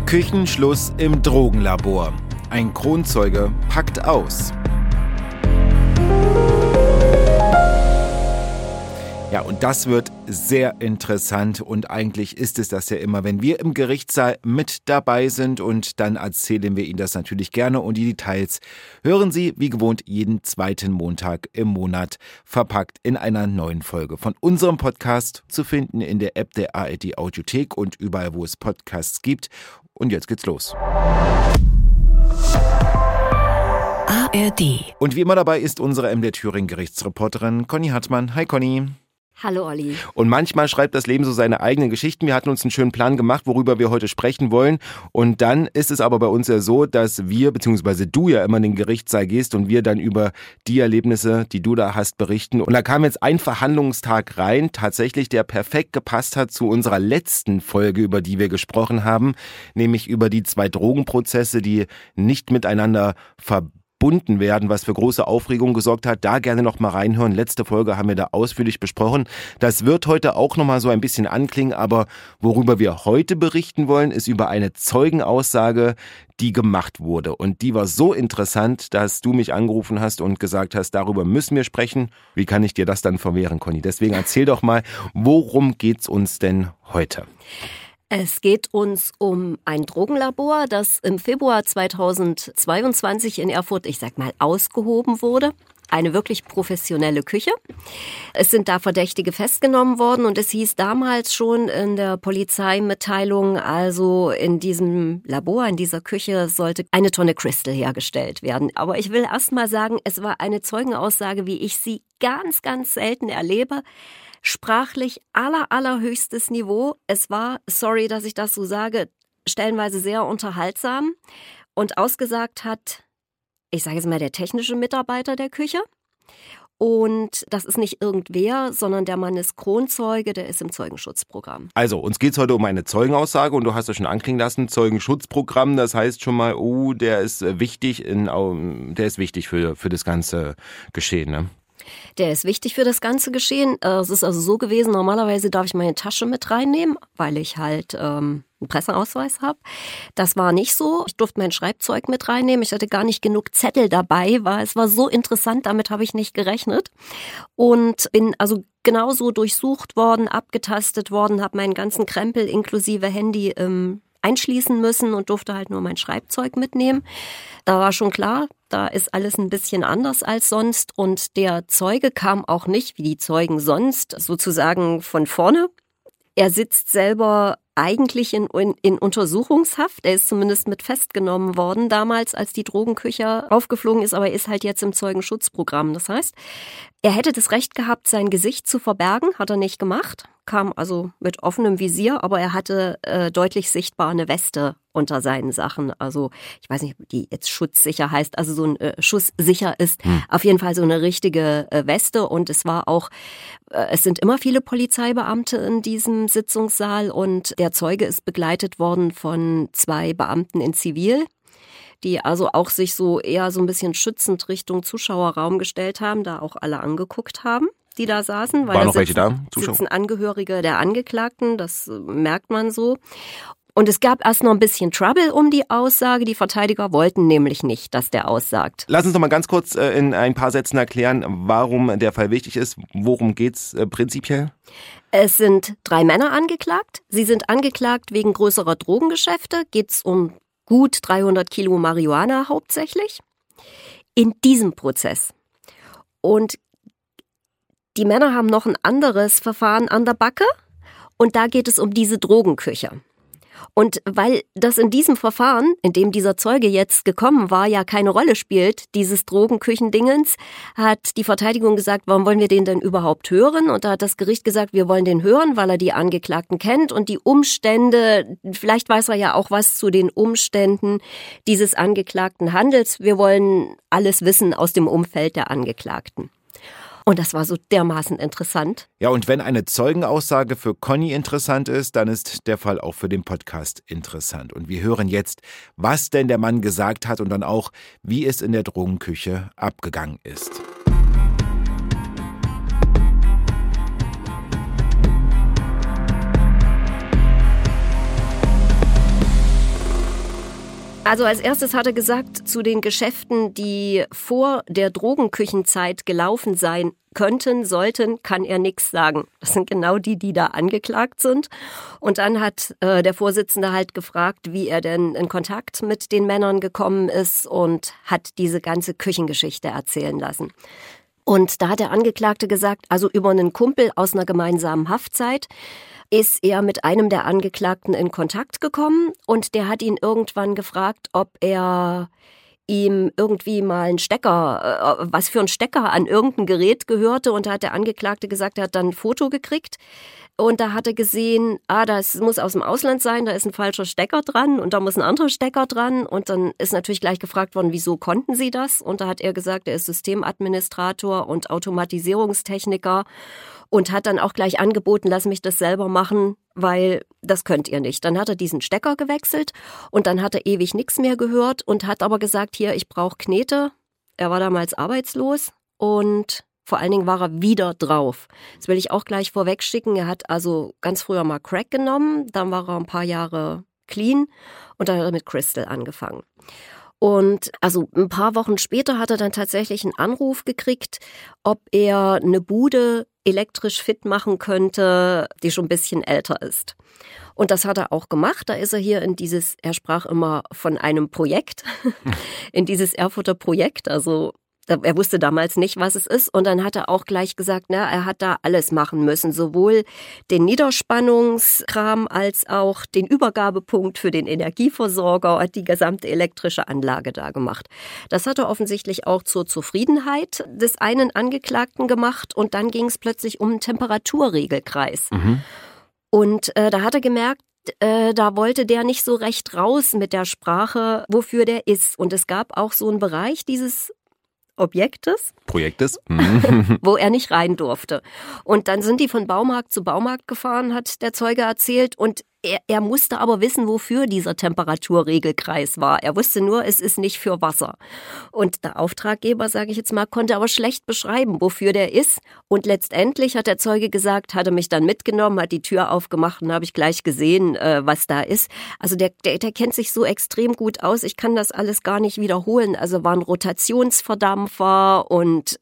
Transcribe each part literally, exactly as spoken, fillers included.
Küchenschluss im Drogenlabor. Ein Kronzeuge packt aus. Ja, und das wird sehr interessant und eigentlich ist es das ja immer, wenn wir im Gerichtssaal mit dabei sind und dann erzählen wir Ihnen das natürlich gerne und die Details hören Sie wie gewohnt jeden zweiten Montag im Monat verpackt in einer neuen Folge von unserem Podcast zu finden in der App der A R D Audiothek und überall, wo es Podcasts gibt. Und jetzt geht's los. A R D. Und wie immer dabei ist unsere M D R Thüringen Gerichtsreporterin Conny Hartmann. Hi Conny. Hallo Olli. Und manchmal schreibt das Leben so seine eigenen Geschichten. Wir hatten uns einen schönen Plan gemacht, worüber wir heute sprechen wollen. Und dann ist es aber bei uns ja so, dass wir, beziehungsweise du ja immer in den Gerichtssaal gehst und wir dann über die Erlebnisse, die du da hast, berichten. Und da kam jetzt ein Verhandlungstag rein, tatsächlich, der perfekt gepasst hat zu unserer letzten Folge, über die wir gesprochen haben, nämlich über die zwei Drogenprozesse, die nicht miteinander verbunden bunden werden, was für große Aufregung gesorgt hat. Da gerne noch mal reinhören. Letzte Folge haben wir da ausführlich besprochen. Das wird heute auch noch mal so ein bisschen anklingen, aber worüber wir heute berichten wollen, ist über eine Zeugenaussage, die gemacht wurde. Und die war so interessant, dass du mich angerufen hast und gesagt hast, darüber müssen wir sprechen. Wie kann ich dir das dann verwehren, Conny? Deswegen erzähl doch mal, worum geht's uns denn heute? Es geht uns um ein Drogenlabor, das im Februar zweitausendzweiundzwanzig in Erfurt, ich sag mal, ausgehoben wurde. Eine wirklich professionelle Küche. Es sind da Verdächtige festgenommen worden und es hieß damals schon in der Polizeimitteilung, also in diesem Labor, in dieser Küche sollte eine Tonne Crystal hergestellt werden. Aber ich will erst mal sagen, es war eine Zeugenaussage, wie ich sie ganz, ganz selten erlebe. Sprachlich aller, allerhöchstes Niveau. Es war, sorry, dass ich das so sage, stellenweise sehr unterhaltsam und ausgesagt hat, ich sage jetzt mal, der technische Mitarbeiter der Küche. Und das ist nicht irgendwer, sondern der Mann ist Kronzeuge, der ist im Zeugenschutzprogramm. Also, uns geht's heute um eine Zeugenaussage und du hast ja schon anklingen lassen, Zeugenschutzprogramm, das heißt schon mal, oh, der ist wichtig, in, der ist wichtig für, für das ganze Geschehen, ne? Der ist wichtig für das ganze Geschehen. Es ist also so gewesen, normalerweise darf ich meine Tasche mit reinnehmen, weil ich halt ähm, einen Presseausweis habe. Das war nicht so. Ich durfte mein Schreibzeug mit reinnehmen. Ich hatte gar nicht genug Zettel dabei, weil es war so interessant, damit habe ich nicht gerechnet. Und bin also genauso durchsucht worden, abgetastet worden, habe meinen ganzen Krempel inklusive Handy ähm, einschließen müssen und durfte halt nur mein Schreibzeug mitnehmen. Da war schon klar, da ist alles ein bisschen anders als sonst und der Zeuge kam auch nicht, wie die Zeugen sonst, sozusagen von vorne. Er sitzt selber eigentlich in, in, in Untersuchungshaft. Er ist zumindest mit festgenommen worden damals, als die Drogenküche aufgeflogen ist, aber er ist halt jetzt im Zeugenschutzprogramm. Das heißt, er hätte das Recht gehabt, sein Gesicht zu verbergen, hat er nicht gemacht, kam also mit offenem Visier, aber er hatte äh, deutlich sichtbar eine Weste unter seinen Sachen. Also ich weiß nicht, ob die jetzt schutzsicher heißt, also so ein äh, schusssicher ist. Hm. Auf jeden Fall so eine richtige äh, Weste und es war auch, äh, es sind immer viele Polizeibeamte in diesem Sitzungssaal und der Zeuge ist begleitet worden von zwei Beamten in Zivil, die also auch sich so eher so ein bisschen schützend Richtung Zuschauerraum gestellt haben, da auch alle angeguckt haben, die da saßen. Weil War noch da welche da? Zuschauer? Sitzen Angehörige der Angeklagten, das merkt man so. Und es gab erst noch ein bisschen Trouble um die Aussage. Die Verteidiger wollten nämlich nicht, dass der aussagt. Lass uns doch mal ganz kurz äh, in ein paar Sätzen erklären, warum der Fall wichtig ist. Worum geht's äh, prinzipiell? Es sind drei Männer angeklagt. Sie sind angeklagt wegen größerer Drogengeschäfte. Geht's um gut dreihundert Kilo Marihuana hauptsächlich. In diesem Prozess. Und die Männer haben noch ein anderes Verfahren an der Backe. Und da geht es um diese Drogenküche. Und weil das in diesem Verfahren, in dem dieser Zeuge jetzt gekommen war, ja keine Rolle spielt, dieses Drogenküchendingens, hat die Verteidigung gesagt, warum wollen wir den denn überhaupt hören? Und da hat das Gericht gesagt, wir wollen den hören, weil er die Angeklagten kennt und die Umstände, vielleicht weiß er ja auch was zu den Umständen dieses angeklagten Handels. Wir wollen alles wissen aus dem Umfeld der Angeklagten. Und das war so dermaßen interessant. Ja, und wenn eine Zeugenaussage für Conny interessant ist, dann ist der Fall auch für den Podcast interessant. Und wir hören jetzt, was denn der Mann gesagt hat und dann auch, wie es in der Drogenküche abgegangen ist. Also als erstes hat er gesagt, zu den Geschäften, die vor der Drogenküchenzeit gelaufen sein könnten, sollten, kann er nichts sagen. Das sind genau die, die da angeklagt sind. Und dann hat äh, der Vorsitzende halt gefragt, wie er denn in Kontakt mit den Männern gekommen ist und hat diese ganze Küchengeschichte erzählen lassen. Und da hat der Angeklagte gesagt, also über einen Kumpel aus einer gemeinsamen Haftzeit ist er mit einem der Angeklagten in Kontakt gekommen und der hat ihn irgendwann gefragt, ob er ihm irgendwie mal einen Stecker, äh, was für ein Stecker an irgendein Gerät gehörte, und da hat der Angeklagte gesagt, er hat dann ein Foto gekriegt und da hat er gesehen, ah, das muss aus dem Ausland sein, da ist ein falscher Stecker dran und da muss ein anderer Stecker dran, und dann ist natürlich gleich gefragt worden, wieso konnten Sie das? Und da hat er gesagt, er ist Systemadministrator und Automatisierungstechniker und hat dann auch gleich angeboten, lass mich das selber machen, weil das könnt ihr nicht. Dann hat er diesen Stecker gewechselt und dann hat er ewig nichts mehr gehört und hat aber gesagt, hier, ich brauche Knete. Er war damals arbeitslos und vor allen Dingen war er wieder drauf. Das will ich auch gleich vorweg schicken. Er hat also ganz früher mal Crack genommen, dann war er ein paar Jahre clean und dann hat er mit Crystal angefangen. Und also ein paar Wochen später hat er dann tatsächlich einen Anruf gekriegt, ob er eine Bude elektrisch fit machen könnte, die schon ein bisschen älter ist. Und das hat er auch gemacht. Da ist er hier in dieses, er sprach immer von einem Projekt, in dieses Erfurter Projekt, also er wusste damals nicht, was es ist, und dann hat er auch gleich gesagt, na, er hat da alles machen müssen, sowohl den Niederspannungskram als auch den Übergabepunkt für den Energieversorger, hat die gesamte elektrische Anlage da gemacht. Das hat er offensichtlich auch zur Zufriedenheit des einen Angeklagten gemacht, und dann ging es plötzlich um einen Temperaturregelkreis. Mhm. Und äh, da hat er gemerkt, Äh, da wollte der nicht so recht raus mit der Sprache, wofür der ist. Und es gab auch so einen Bereich dieses Objektes, Projektes, wo er nicht rein durfte. Und dann sind die von Baumarkt zu Baumarkt gefahren, hat der Zeuge erzählt, und er, er musste aber wissen, wofür dieser Temperaturregelkreis war. Er wusste nur, es ist nicht für Wasser. Und der Auftraggeber, sage ich jetzt mal, konnte aber schlecht beschreiben, wofür der ist. Und letztendlich hat der Zeuge gesagt, hat er mich dann mitgenommen, hat die Tür aufgemacht und habe ich gleich gesehen, äh, was da ist. Also der, der, der kennt sich so extrem gut aus. Ich kann das alles gar nicht wiederholen. Also waren Rotationsverdampfer und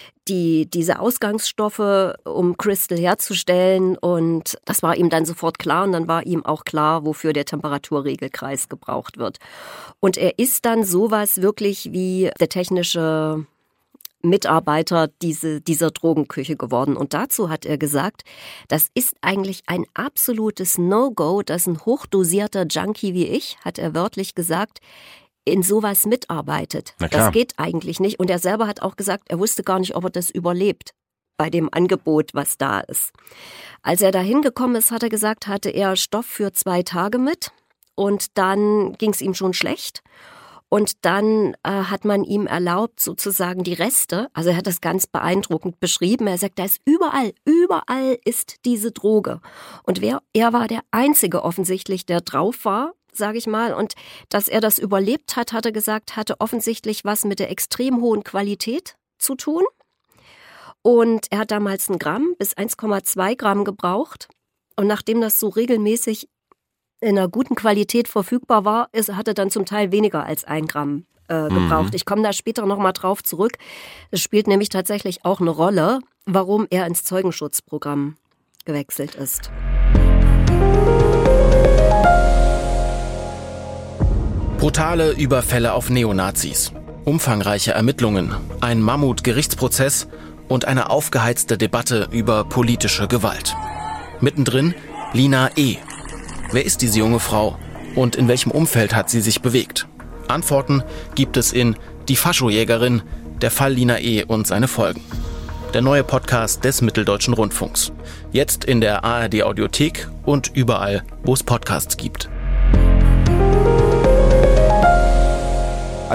die diese Ausgangsstoffe, um Crystal herzustellen, und das war ihm dann sofort klar, und dann war ihm auch klar, wofür der Temperaturregelkreis gebraucht wird. Und er ist dann sowas wirklich wie der technische Mitarbeiter diese, dieser Drogenküche geworden. Und dazu hat er gesagt, das ist eigentlich ein absolutes No-Go, dass ein hochdosierter Junkie wie ich, hat er wörtlich gesagt, in sowas mitarbeitet. Das geht eigentlich nicht. Und er selber hat auch gesagt, er wusste gar nicht, ob er das überlebt bei dem Angebot, was da ist. Als er da hingekommen ist, hat er gesagt, hatte er Stoff für zwei Tage mit, und dann ging es ihm schon schlecht. Und dann äh, hat man ihm erlaubt, sozusagen die Reste, also er hat das ganz beeindruckend beschrieben, er sagt, da ist überall, überall ist diese Droge. Und wer, er war der Einzige offensichtlich, der drauf war, sage ich mal, und dass er das überlebt hat, hat er gesagt, hatte offensichtlich was mit der extrem hohen Qualität zu tun. Und er hat damals ein Gramm bis eins Komma zwei Gramm gebraucht, und nachdem das so regelmäßig in einer guten Qualität verfügbar war, ist, hat er dann zum Teil weniger als ein Gramm äh, gebraucht. Mhm. Ich komme da später nochmal drauf zurück. Es spielt nämlich tatsächlich auch eine Rolle, warum er ins Zeugenschutzprogramm gewechselt ist. Brutale Überfälle auf Neonazis, umfangreiche Ermittlungen, ein Mammut-Gerichtsprozess und eine aufgeheizte Debatte über politische Gewalt. Mittendrin Lina E. Wer ist diese junge Frau und in welchem Umfeld hat sie sich bewegt? Antworten gibt es in Die Faschojägerin, der Fall Lina E. und seine Folgen. Der neue Podcast des Mitteldeutschen Rundfunks. Jetzt in der A R D-Audiothek und überall, wo es Podcasts gibt. Also der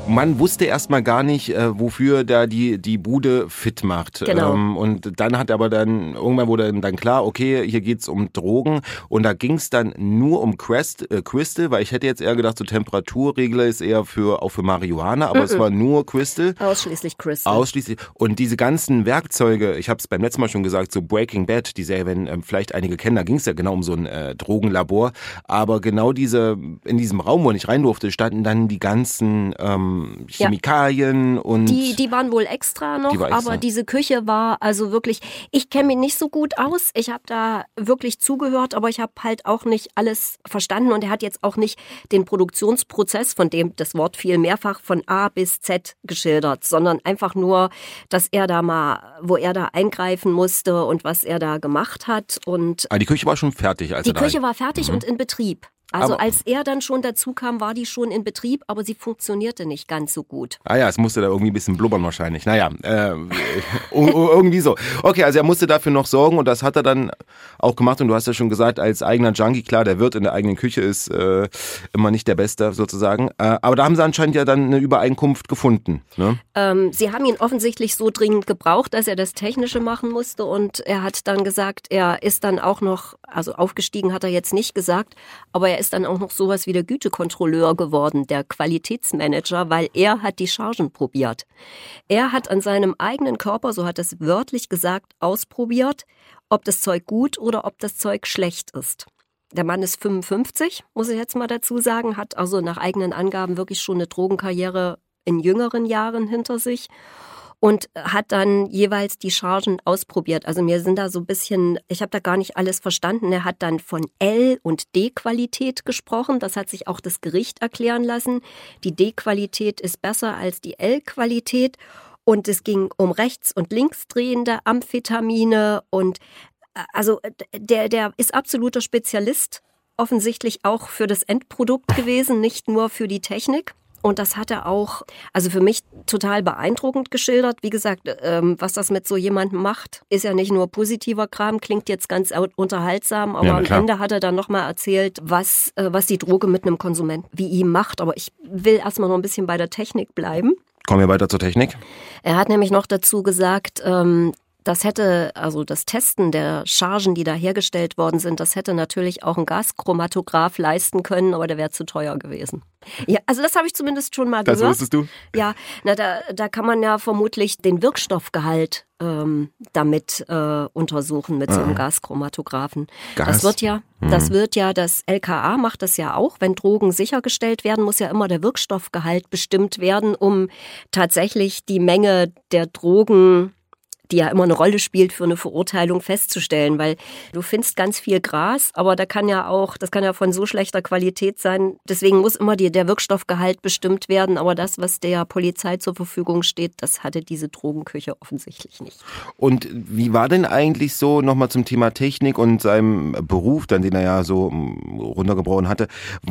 Man wusste erstmal gar nicht, äh, wofür da die, die Bude fit macht. Genau. Ähm, und dann hat aber dann, irgendwann wurde dann klar, okay, hier geht's um Drogen. Und da ging's dann nur um Crest, äh, Crystal, weil ich hätte jetzt eher gedacht, so Temperaturregler ist eher für, auch für Marihuana, aber mm-mm. es war nur Crystal. Ausschließlich Crystal. Ausschließlich. Und diese ganzen Werkzeuge, ich habe es beim letzten Mal schon gesagt, so Breaking Bad, die Serie, wenn ähm, vielleicht einige kennen, da ging's ja genau um so ein äh, Drogenlabor. Aber genau diese, in diesem Raum, wo ich rein durfte, standen dann die ganzen ähm, Chemikalien ja. und... Die, die waren wohl extra noch, die extra. Aber diese Küche war also wirklich, ich kenne mich nicht so gut aus, ich habe da wirklich zugehört, aber ich habe halt auch nicht alles verstanden und er hat jetzt auch nicht den Produktionsprozess, von dem das Wort fiel, mehrfach von A bis Z geschildert, sondern einfach nur, dass er da mal, wo er da eingreifen musste und was er da gemacht hat. Und aber die Küche war schon fertig, als die er da... Die Küche war fertig mhm. und in Betrieb. Also aber, als er dann schon dazu kam, war die schon in Betrieb, aber sie funktionierte nicht ganz so gut. Ah ja, es musste da irgendwie ein bisschen blubbern wahrscheinlich. Naja, äh, irgendwie so. Okay, also er musste dafür noch sorgen und das hat er dann auch gemacht. Und du hast ja schon gesagt, als eigener Junkie, klar, der Wirt in der eigenen Küche ist äh, immer nicht der Beste sozusagen. Äh, aber da haben sie anscheinend ja dann eine Übereinkunft gefunden. Ne? Ähm, sie haben ihn offensichtlich so dringend gebraucht, dass er das Technische machen musste. Und er hat dann gesagt, er ist dann auch noch, also aufgestiegen hat er jetzt nicht gesagt, aber er ist dann auch noch sowas wie der Gütekontrolleur geworden, der Qualitätsmanager, weil er hat die Chargen probiert. Er hat an seinem eigenen Körper, so hat es wörtlich gesagt, ausprobiert, ob das Zeug gut oder ob das Zeug schlecht ist. Der Mann ist fünfundfünfzig, muss ich jetzt mal dazu sagen, hat also nach eigenen Angaben wirklich schon eine Drogenkarriere in jüngeren Jahren hinter sich. Und hat dann jeweils die Chargen ausprobiert. Also mir sind da so ein bisschen, ich habe da gar nicht alles verstanden. Er hat dann von L- und D-Qualität gesprochen. Das hat sich auch das Gericht erklären lassen. Die D-Qualität ist besser als die L-Qualität. Und es ging um rechts- und linksdrehende Amphetamine. Und also der, der ist absoluter Spezialist, offensichtlich auch für das Endprodukt gewesen, nicht nur für die Technik. Und das hat er auch, also für mich total beeindruckend geschildert. Wie gesagt, ähm, was das mit so jemandem macht, ist ja nicht nur positiver Kram, klingt jetzt ganz unterhaltsam, aber ja, am Ende hat er dann nochmal erzählt, was, äh, was die Droge mit einem Konsumenten wie ihm macht. Aber ich will erstmal noch ein bisschen bei der Technik bleiben. Kommen wir weiter zur Technik. Er hat nämlich noch dazu gesagt, ähm, das hätte, also das Testen der Chargen, die da hergestellt worden sind, das hätte natürlich auch ein Gaschromatograph leisten können, aber der wäre zu teuer gewesen. Ja, also das habe ich zumindest schon mal das gehört. Das wusstest du? Ja, na, da, da kann man ja vermutlich den Wirkstoffgehalt ähm, damit äh, untersuchen mit ah. so einem Gaschromatographen. Gas? Das wird ja, hm. das wird ja, das L K A macht das ja auch. Wenn Drogen sichergestellt werden, muss ja immer der Wirkstoffgehalt bestimmt werden, um tatsächlich die Menge der Drogen, die ja immer eine Rolle spielt für eine Verurteilung, festzustellen, weil du findest ganz viel Gras, aber da kann ja auch, das kann ja von so schlechter Qualität sein. Deswegen muss immer die, der Wirkstoffgehalt bestimmt werden, aber das, was der Polizei zur Verfügung steht, das hatte diese Drogenküche offensichtlich nicht. Und wie war denn eigentlich so, nochmal zum Thema Technik und seinem Beruf, dann den er ja so runtergebrochen hatte,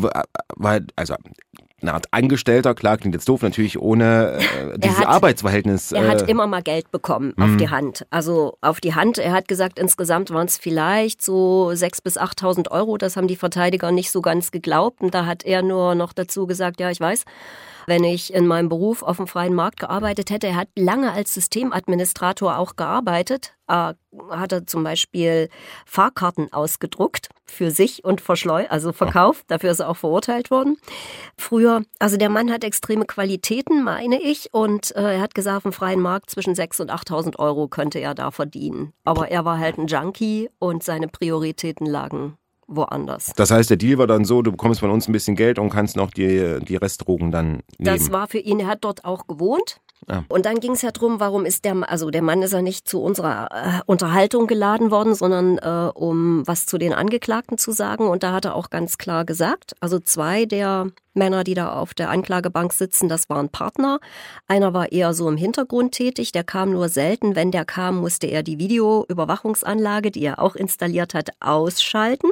war, also eine Art Angestellter, klar, klingt jetzt doof, natürlich ohne äh, dieses hat, Arbeitsverhältnis. Er äh, hat immer mal Geld bekommen auf die Hand. Also auf die Hand, er hat gesagt, insgesamt waren es vielleicht so sechstausend bis achttausend Euro. Das haben die Verteidiger nicht so ganz geglaubt. Und da hat er nur noch dazu gesagt, ja, ich weiß, wenn ich in meinem Beruf auf dem freien Markt gearbeitet hätte. Er hat lange als Systemadministrator auch gearbeitet. Äh, hat er zum Beispiel Fahrkarten ausgedruckt für sich und verschleu, also verkauft. Dafür ist er auch verurteilt worden. Früher, also der Mann hat extreme Qualitäten, meine ich. Und äh, er hat gesagt, auf dem freien Markt zwischen sechstausend und achttausend Euro könnte er da verdienen. Aber er war halt ein Junkie und seine Prioritäten lagen woanders. Das heißt, der Deal war dann so, du bekommst von uns ein bisschen Geld und kannst noch die, die Restdrogen dann nehmen. Das war für ihn, er hat dort auch gewohnt. Ja. Und dann ging es ja drum, warum ist der, also der Mann ist ja nicht zu unserer äh, Unterhaltung geladen worden, sondern äh, um was zu den Angeklagten zu sagen. Und da hat er auch ganz klar gesagt, also zwei der Männer, die da auf der Anklagebank sitzen, das waren Partner. Einer war eher so im Hintergrund tätig, der kam nur selten. Wenn der kam, musste er die Videoüberwachungsanlage, die er auch installiert hat, ausschalten.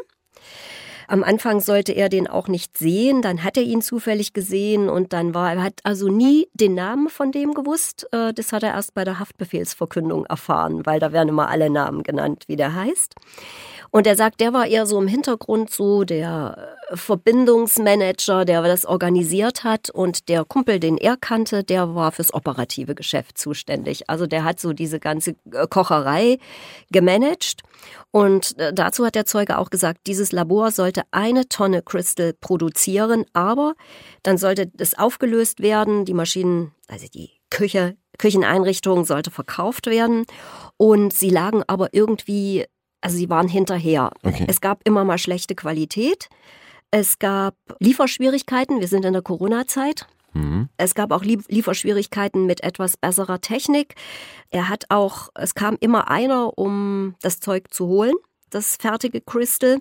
Am Anfang sollte er den auch nicht sehen, dann hat er ihn zufällig gesehen und dann war, er hat also nie den Namen von dem gewusst. Das hat er erst bei der Haftbefehlsverkündung erfahren, weil da werden immer alle Namen genannt, wie der heißt. Und er sagt, der war eher so im Hintergrund so der Verbindungsmanager, der das organisiert hat. Und der Kumpel, den er kannte, der war fürs operative Geschäft zuständig. Also der hat so diese ganze Kocherei gemanagt. Und dazu hat der Zeuge auch gesagt, dieses Labor sollte eine Tonne Crystal produzieren, aber dann sollte es aufgelöst werden, die Maschinen, also die Küche, Kücheneinrichtung sollte verkauft werden. Und sie lagen aber irgendwie... Also sie waren hinterher. Okay. Es gab immer mal schlechte Qualität. Es gab Lieferschwierigkeiten. Wir sind in der Corona-Zeit. Mhm. Es gab auch Lieferschwierigkeiten mit etwas besserer Technik. Er hat auch, es kam immer einer, um das Zeug zu holen, das fertige Crystal.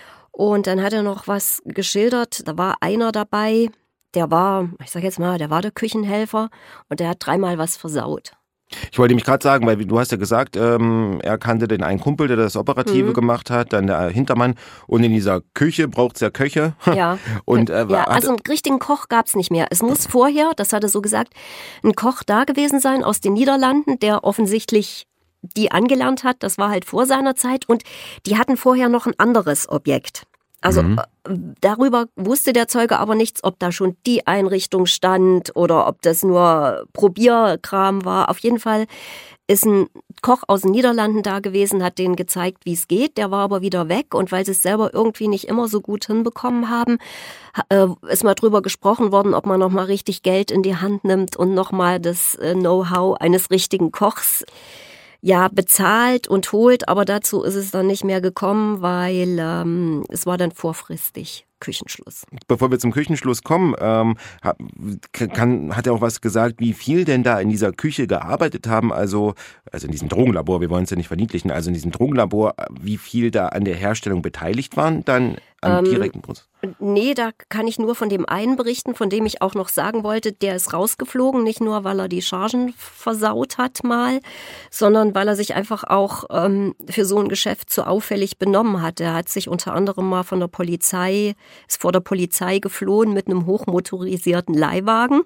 Und dann hat er noch was geschildert. Da war einer dabei, der war, ich sag jetzt mal, der war der Küchenhelfer und der hat dreimal was versaut. Ich wollte mich gerade sagen, weil du hast ja gesagt, ähm, er kannte den einen Kumpel, der das Operative Mhm. gemacht hat, dann der Hintermann. Und in dieser Küche braucht es ja Köche. Ja, Und, äh, ja hat- also einen richtigen Koch gab es nicht mehr. Es muss vorher, das hat er so gesagt, ein Koch da gewesen sein aus den Niederlanden, der offensichtlich die angelernt hat. Das war halt vor seiner Zeit. Und die hatten vorher noch ein anderes Objekt. Also Mhm. äh, darüber wusste der Zeuge aber nichts, ob da schon die Einrichtung stand oder ob das nur Probierkram war. Auf jeden Fall ist ein Koch aus den Niederlanden da gewesen, hat denen gezeigt, wie es geht. Der war aber wieder weg und weil sie es selber irgendwie nicht immer so gut hinbekommen haben, äh, ist mal drüber gesprochen worden, ob man nochmal richtig Geld in die Hand nimmt und nochmal das äh, Know-how eines richtigen Kochs ja, bezahlt und holt, aber dazu ist es dann nicht mehr gekommen, weil ähm, es war dann vorfristig Küchenschluss. Bevor wir zum Küchenschluss kommen, ähm, hat, kann, hat er auch was gesagt, wie viel denn da in dieser Küche gearbeitet haben, also, also in diesem Drogenlabor, wir wollen es ja nicht verniedlichen, also in diesem Drogenlabor, wie viel da an der Herstellung beteiligt waren, dann am Ähm, direkten Prozess? Nee, da kann ich nur von dem einen berichten, von dem ich auch noch sagen wollte, der ist rausgeflogen, nicht nur, weil er die Chargen versaut hat mal, sondern weil er sich einfach auch ähm, für so ein Geschäft so auffällig benommen hat. Er hat sich unter anderem mal von der Polizei, ist vor der Polizei geflohen mit einem hochmotorisierten Leihwagen.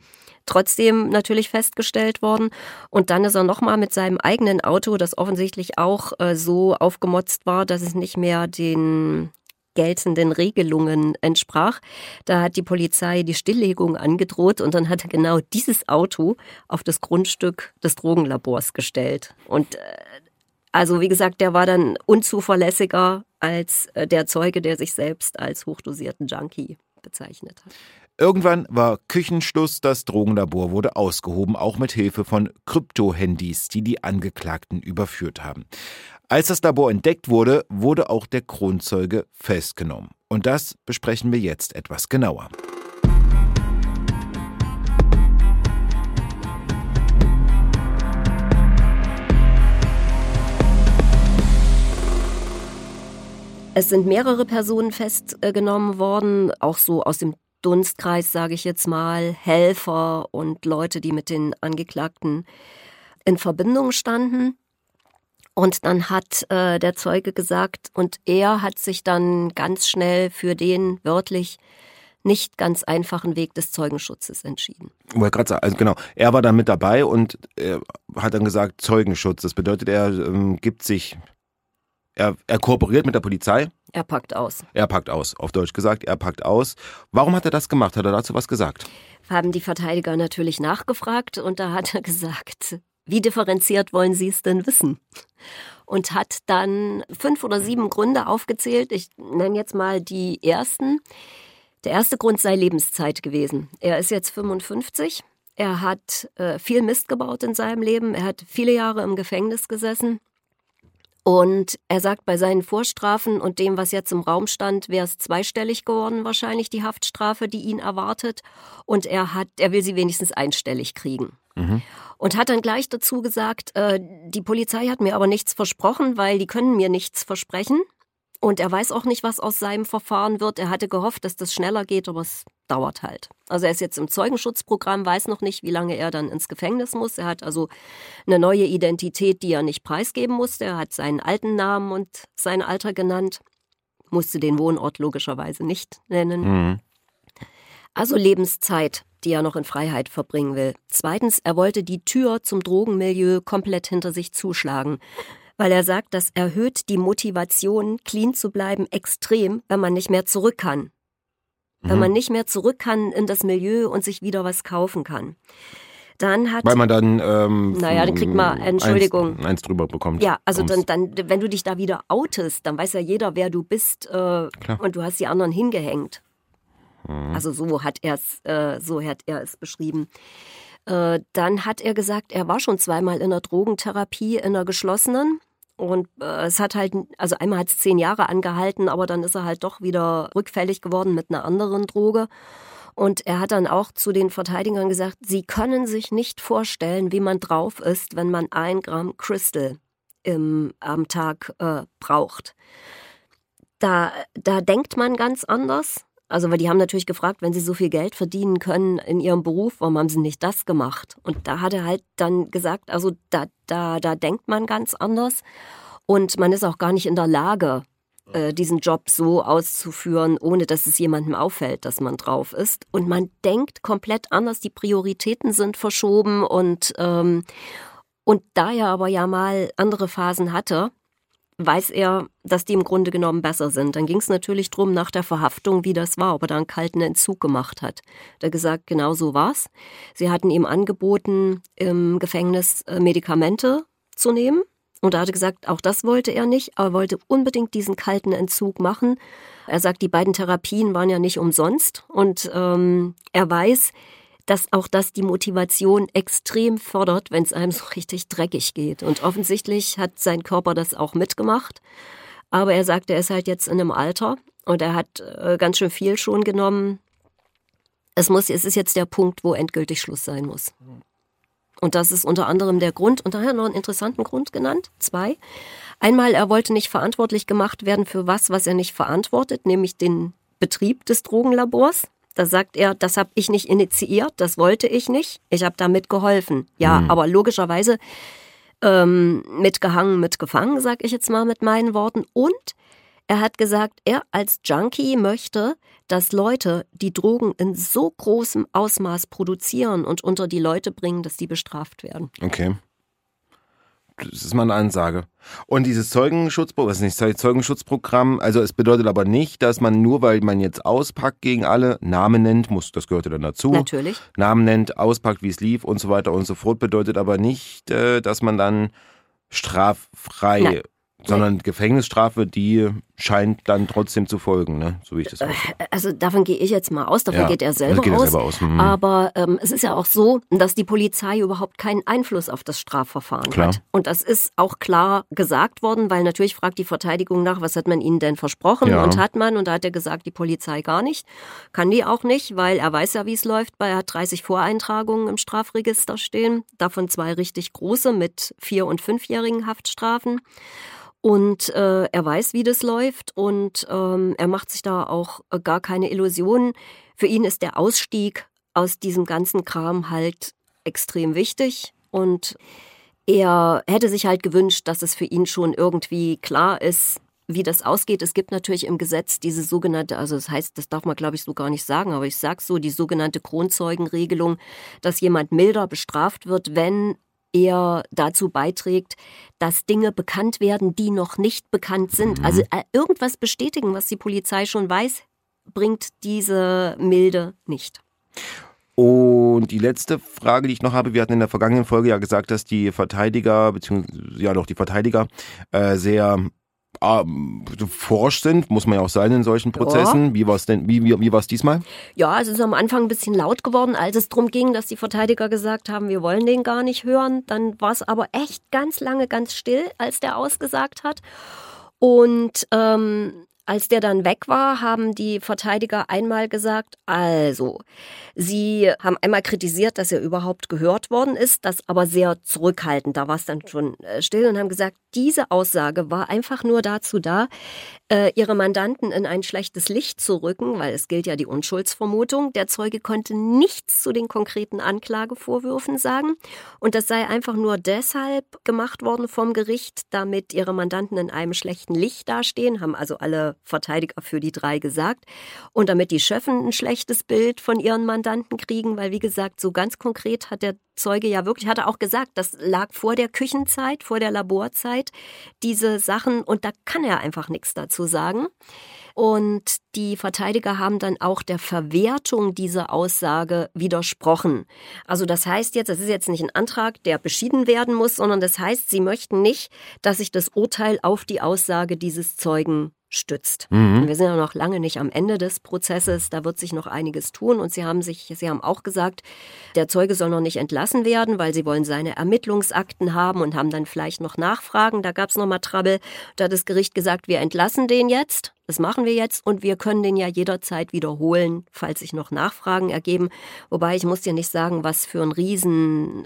Trotzdem natürlich festgestellt worden. Und dann ist er nochmal mit seinem eigenen Auto, das offensichtlich auch äh, so aufgemotzt war, dass es nicht mehr den geltenden Regelungen entsprach. Da hat die Polizei die Stilllegung angedroht und dann hat er genau dieses Auto auf das Grundstück des Drogenlabors gestellt. Und äh, also wie gesagt, der war dann unzuverlässiger als äh, der Zeuge, der sich selbst als hochdosierten Junkie bezeichnet hat. Irgendwann war Küchenschluss, das Drogenlabor wurde ausgehoben, auch mit Hilfe von Krypto-Handys, die die Angeklagten überführt haben. Als das Labor entdeckt wurde, wurde auch der Kronzeuge festgenommen. Und das besprechen wir jetzt etwas genauer. Es sind mehrere Personen festgenommen worden, auch so aus dem Dunstkreis, sage ich jetzt mal, Helfer und Leute, die mit den Angeklagten in Verbindung standen. Und dann hat äh, der Zeuge gesagt, und er hat sich dann ganz schnell für den wörtlich nicht ganz einfachen Weg des Zeugenschutzes entschieden. Ich wollte gerade sagen, also genau, er war dann mit dabei und äh, hat dann gesagt, Zeugenschutz. Das bedeutet, er ähm, gibt sich, er, er kooperiert mit der Polizei. Er packt aus. Er packt aus, auf Deutsch gesagt, er packt aus. Warum hat er das gemacht? Hat er dazu was gesagt? Haben die Verteidiger natürlich nachgefragt und da hat er gesagt, wie differenziert wollen Sie es denn wissen? Und hat dann fünf oder sieben Gründe aufgezählt. Ich nenne jetzt mal die ersten. Der erste Grund sei Lebenszeit gewesen. Er ist jetzt fünfundfünfzig. Er hat äh, viel Mist gebaut in seinem Leben. Er hat viele Jahre im Gefängnis gesessen. Und er sagt, bei seinen Vorstrafen und dem, was jetzt im Raum stand, wäre es zweistellig geworden wahrscheinlich, die Haftstrafe, die ihn erwartet. Und er hat, er will sie wenigstens einstellig kriegen. Mhm. Und hat dann gleich dazu gesagt, äh, die Polizei hat mir aber nichts versprochen, weil die können mir nichts versprechen. Und er weiß auch nicht, was aus seinem Verfahren wird. Er hatte gehofft, dass das schneller geht, aber es dauert halt. Also er ist jetzt im Zeugenschutzprogramm, weiß noch nicht, wie lange er dann ins Gefängnis muss. Er hat also eine neue Identität, die er nicht preisgeben musste. Er hat seinen alten Namen und sein Alter genannt, musste den Wohnort logischerweise nicht nennen. Mhm. Also Lebenszeit, die er noch in Freiheit verbringen will. Zweitens, er wollte die Tür zum Drogenmilieu komplett hinter sich zuschlagen. Weil er sagt, das erhöht die Motivation, clean zu bleiben, extrem, wenn man nicht mehr zurück kann. Mhm. Wenn man nicht mehr zurück kann in das Milieu und sich wieder was kaufen kann. Dann hat, Weil man dann ähm, naja, dann kriegt man, Entschuldigung. Eins, eins drüber bekommt. Ja, also dann, dann, wenn du dich da wieder outest, dann weiß ja jeder, wer du bist äh, und du hast die anderen hingehängt. Mhm. Also so hat er es äh, so hat er es beschrieben. Äh, dann hat er gesagt, er war schon zweimal in einer Drogentherapie, in einer geschlossenen. Und äh, es hat halt, also einmal hat es zehn Jahre angehalten, aber dann ist er halt doch wieder rückfällig geworden mit einer anderen Droge. Und er hat dann auch zu den Verteidigern gesagt, sie können sich nicht vorstellen, wie man drauf ist, wenn man ein Gramm Crystal im, am Tag äh, braucht. Da, da denkt man ganz anders. Also, weil die haben natürlich gefragt, wenn sie so viel Geld verdienen können in ihrem Beruf, warum haben sie nicht das gemacht? Und da hat er halt dann gesagt, also da, da, da denkt man ganz anders. Und man ist auch gar nicht in der Lage, diesen Job so auszuführen, ohne dass es jemandem auffällt, dass man drauf ist. Und man denkt komplett anders, die Prioritäten sind verschoben. Und, ähm, und da er aber ja mal andere Phasen hatte, weiß er, dass die im Grunde genommen besser sind. Dann ging es natürlich drum nach der Verhaftung, wie das war, ob er da einen kalten Entzug gemacht hat. Da hat gesagt, genau so war's. Sie hatten ihm angeboten, im Gefängnis Medikamente zu nehmen. Und da hat er gesagt, auch das wollte er nicht, aber er wollte unbedingt diesen kalten Entzug machen. Er sagt, die beiden Therapien waren ja nicht umsonst. Und ähm, er weiß, dass auch das die Motivation extrem fördert, wenn es einem so richtig dreckig geht. Und offensichtlich hat sein Körper das auch mitgemacht. Aber er sagt, er ist halt jetzt in einem Alter und er hat äh, ganz schön viel schon genommen. Es muss, es ist jetzt der Punkt, wo endgültig Schluss sein muss. Und das ist unter anderem der Grund. Und da hat er noch einen interessanten Grund genannt. Zwei. Einmal, er wollte nicht verantwortlich gemacht werden für was, was er nicht verantwortet, nämlich den Betrieb des Drogenlabors. Da sagt er, das habe ich nicht initiiert, das wollte ich nicht. Ich habe damit geholfen. Ja, mhm. aber logischerweise ähm, mitgehangen, mitgefangen, sage ich jetzt mal mit meinen Worten. Und er hat gesagt, er als Junkie möchte, dass Leute, die Drogen in so großem Ausmaß produzieren und unter die Leute bringen, dass die bestraft werden. Okay. Das ist mal eine Ansage. Und dieses Zeugenschutzprogramm, was ist nicht Zeugenschutzprogramm, also es bedeutet aber nicht, dass man nur, weil man jetzt auspackt gegen alle, Namen nennt, muss, das gehörte dann dazu. Natürlich. Namen nennt, auspackt, wie es lief und so weiter und so fort, bedeutet aber nicht, dass man dann straffrei... Nein. Sondern Gefängnisstrafe, die scheint dann trotzdem zu folgen, ne? So wie ich das weiß. Also davon gehe ich jetzt mal aus, davon ja, geht er selber geht er aus. Selber aus. Mhm. Aber ähm, es ist ja auch so, dass die Polizei überhaupt keinen Einfluss auf das Strafverfahren klar. hat. Und das ist auch klar gesagt worden, weil natürlich fragt die Verteidigung nach, was hat man ihnen denn versprochen ja. und hat man. Und da hat er gesagt, die Polizei gar nicht. Kann die auch nicht, weil er weiß ja, wie es läuft. Weil er hat dreißig Voreintragungen im Strafregister stehen, davon zwei richtig große mit vier- und fünfjährigen Haftstrafen. Und äh, er weiß, wie das läuft und ähm, er macht sich da auch äh, gar keine Illusionen. Für ihn ist der Ausstieg aus diesem ganzen Kram halt extrem wichtig und er hätte sich halt gewünscht, dass es für ihn schon irgendwie klar ist, wie das ausgeht. Es gibt natürlich im Gesetz diese sogenannte, also das heißt, das darf man glaube ich so gar nicht sagen, aber ich sage so, die sogenannte Kronzeugenregelung, dass jemand milder bestraft wird, wenn er dazu beiträgt, dass Dinge bekannt werden, die noch nicht bekannt sind. Mhm. Also äh, irgendwas bestätigen, was die Polizei schon weiß, bringt diese Milde nicht. Und die letzte Frage, die ich noch habe, wir hatten in der vergangenen Folge ja gesagt, dass die Verteidiger, beziehungsweise ja doch die Verteidiger, äh, sehr äh, forsch sind, muss man ja auch sein in solchen Prozessen. Ja. Wie war es denn, wie, wie, wie war es diesmal? Ja, es ist am Anfang ein bisschen laut geworden, als es darum ging, dass die Verteidiger gesagt haben, wir wollen den gar nicht hören. Dann war es aber echt ganz lange ganz still, als der ausgesagt hat. Und ähm, als der dann weg war, haben die Verteidiger einmal gesagt, also, sie haben einmal kritisiert, dass er überhaupt gehört worden ist, das aber sehr zurückhaltend. Da war es dann schon still und haben gesagt, diese Aussage war einfach nur dazu da, ihre Mandanten in ein schlechtes Licht zu rücken, weil es gilt ja die Unschuldsvermutung. Der Zeuge konnte nichts zu den konkreten Anklagevorwürfen sagen und das sei einfach nur deshalb gemacht worden vom Gericht, damit ihre Mandanten in einem schlechten Licht dastehen, haben also alle alle Verteidiger für die drei gesagt. Und damit die Schöffen ein schlechtes Bild von ihren Mandanten kriegen, weil wie gesagt, so ganz konkret hat der Zeuge ja wirklich, hat er auch gesagt, das lag vor der Küchenzeit, vor der Laborzeit, diese Sachen, und da kann er einfach nichts dazu sagen. Und die Verteidiger haben dann auch der Verwertung dieser Aussage widersprochen. Also das heißt jetzt, das ist jetzt nicht ein Antrag, der beschieden werden muss, sondern das heißt, sie möchten nicht, dass sich das Urteil auf die Aussage dieses Zeugen stützt. Mhm. Wir sind ja noch lange nicht am Ende des Prozesses, da wird sich noch einiges tun, und sie haben sich, sie haben auch gesagt, der Zeuge soll noch nicht entlassen werden, weil sie wollen seine Ermittlungsakten haben und haben dann vielleicht noch Nachfragen. Da gab es nochmal Trouble. Da hat das Gericht gesagt, wir entlassen den jetzt. Das machen wir jetzt, und wir können den ja jederzeit wiederholen, falls sich noch Nachfragen ergeben. Wobei, ich muss dir nicht sagen, was für ein riesen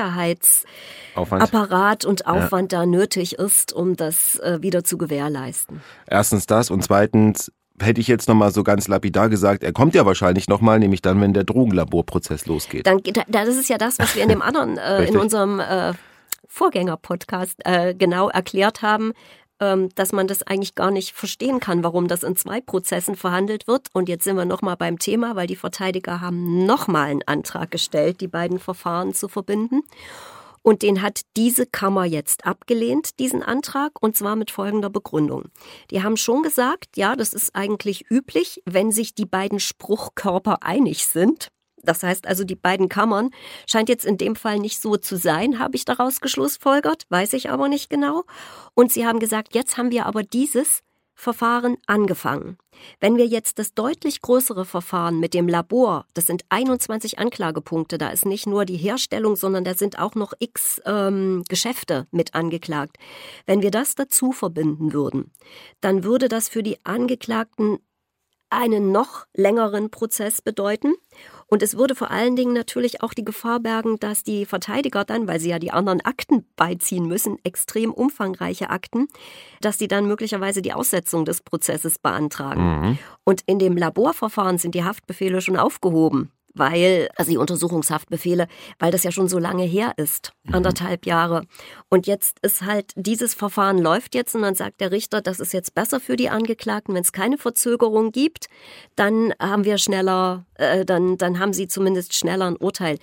Sicherheitsapparat und Aufwand ja. da nötig ist, um das äh, wieder zu gewährleisten. Erstens das, und zweitens hätte ich jetzt nochmal so ganz lapidar gesagt, er kommt ja wahrscheinlich nochmal, nämlich dann, wenn der Drogenlaborprozess losgeht. Dann, das ist ja das, was wir in dem anderen, äh, in unserem äh, Vorgänger-Podcast äh, genau erklärt haben, dass man das eigentlich gar nicht verstehen kann, warum das in zwei Prozessen verhandelt wird. Und jetzt sind wir nochmal beim Thema, weil die Verteidiger haben nochmal einen Antrag gestellt, die beiden Verfahren zu verbinden. Und den hat diese Kammer jetzt abgelehnt, diesen Antrag, und zwar mit folgender Begründung. Die haben schon gesagt, ja, das ist eigentlich üblich, wenn sich die beiden Spruchkörper einig sind. Das heißt also, die beiden Kammern scheint jetzt in dem Fall nicht so zu sein, habe ich daraus geschlussfolgert, weiß ich aber nicht genau. Und sie haben gesagt, jetzt haben wir aber dieses Verfahren angefangen. Wenn wir jetzt das deutlich größere Verfahren mit dem Labor, das sind einundzwanzig Anklagepunkte, da ist nicht nur die Herstellung, sondern da sind auch noch x ähm, Geschäfte mit angeklagt. Wenn wir das dazu verbinden würden, dann würde das für die Angeklagten einen noch längeren Prozess bedeuten. Und es würde vor allen Dingen natürlich auch die Gefahr bergen, dass die Verteidiger dann, weil sie ja die anderen Akten beiziehen müssen, extrem umfangreiche Akten, dass sie dann möglicherweise die Aussetzung des Prozesses beantragen. Mhm. Und in dem Laborverfahren sind die Haftbefehle schon aufgehoben. Weil, also die Untersuchungshaftbefehle, weil das ja schon so lange her ist, mhm. anderthalb Jahre. Und jetzt ist halt, dieses Verfahren läuft jetzt, und dann sagt der Richter, das ist jetzt besser für die Angeklagten. Wenn es keine Verzögerung gibt, dann haben wir schneller, äh, dann, dann haben sie zumindest schneller ein Urteil.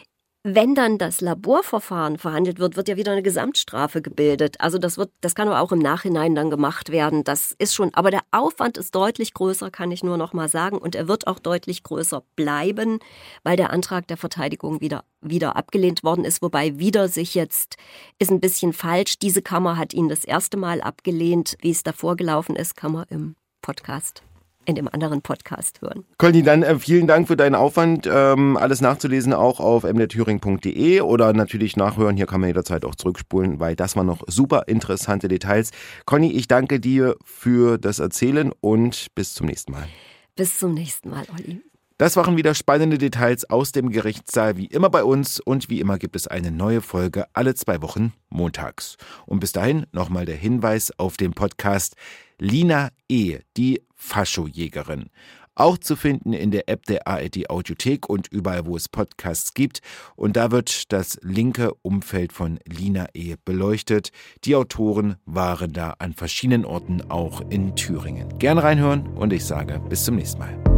Wenn dann das Laborverfahren verhandelt wird, wird ja wieder eine Gesamtstrafe gebildet. Also das wird, das kann aber auch im Nachhinein dann gemacht werden. Das ist schon, aber der Aufwand ist deutlich größer, kann ich nur noch mal sagen. Und er wird auch deutlich größer bleiben, weil der Antrag der Verteidigung wieder, wieder abgelehnt worden ist. Wobei wieder sich jetzt, ist ein bisschen falsch. Diese Kammer hat ihn das erste Mal abgelehnt. Wie es davor gelaufen ist, kann man im Podcast in dem anderen Podcast hören. Conny, dann äh, vielen Dank für deinen Aufwand. Ähm, alles nachzulesen auch auf m d thüringen punkt d e oder natürlich nachhören. Hier kann man jederzeit auch zurückspulen, weil das waren noch super interessante Details. Conny, ich danke dir für das Erzählen und bis zum nächsten Mal. Bis zum nächsten Mal, Olli. Das waren wieder spannende Details aus dem Gerichtssaal, wie immer bei uns, und wie immer gibt es eine neue Folge alle zwei Wochen montags. Und bis dahin nochmal der Hinweis auf den Podcast Lina E., die Faschojägerin. Auch zu finden in der App der A R D Audiothek und überall, wo es Podcasts gibt. Und da wird das linke Umfeld von Lina E. beleuchtet. Die Autoren waren da an verschiedenen Orten, auch in Thüringen. Gern reinhören, und ich sage bis zum nächsten Mal.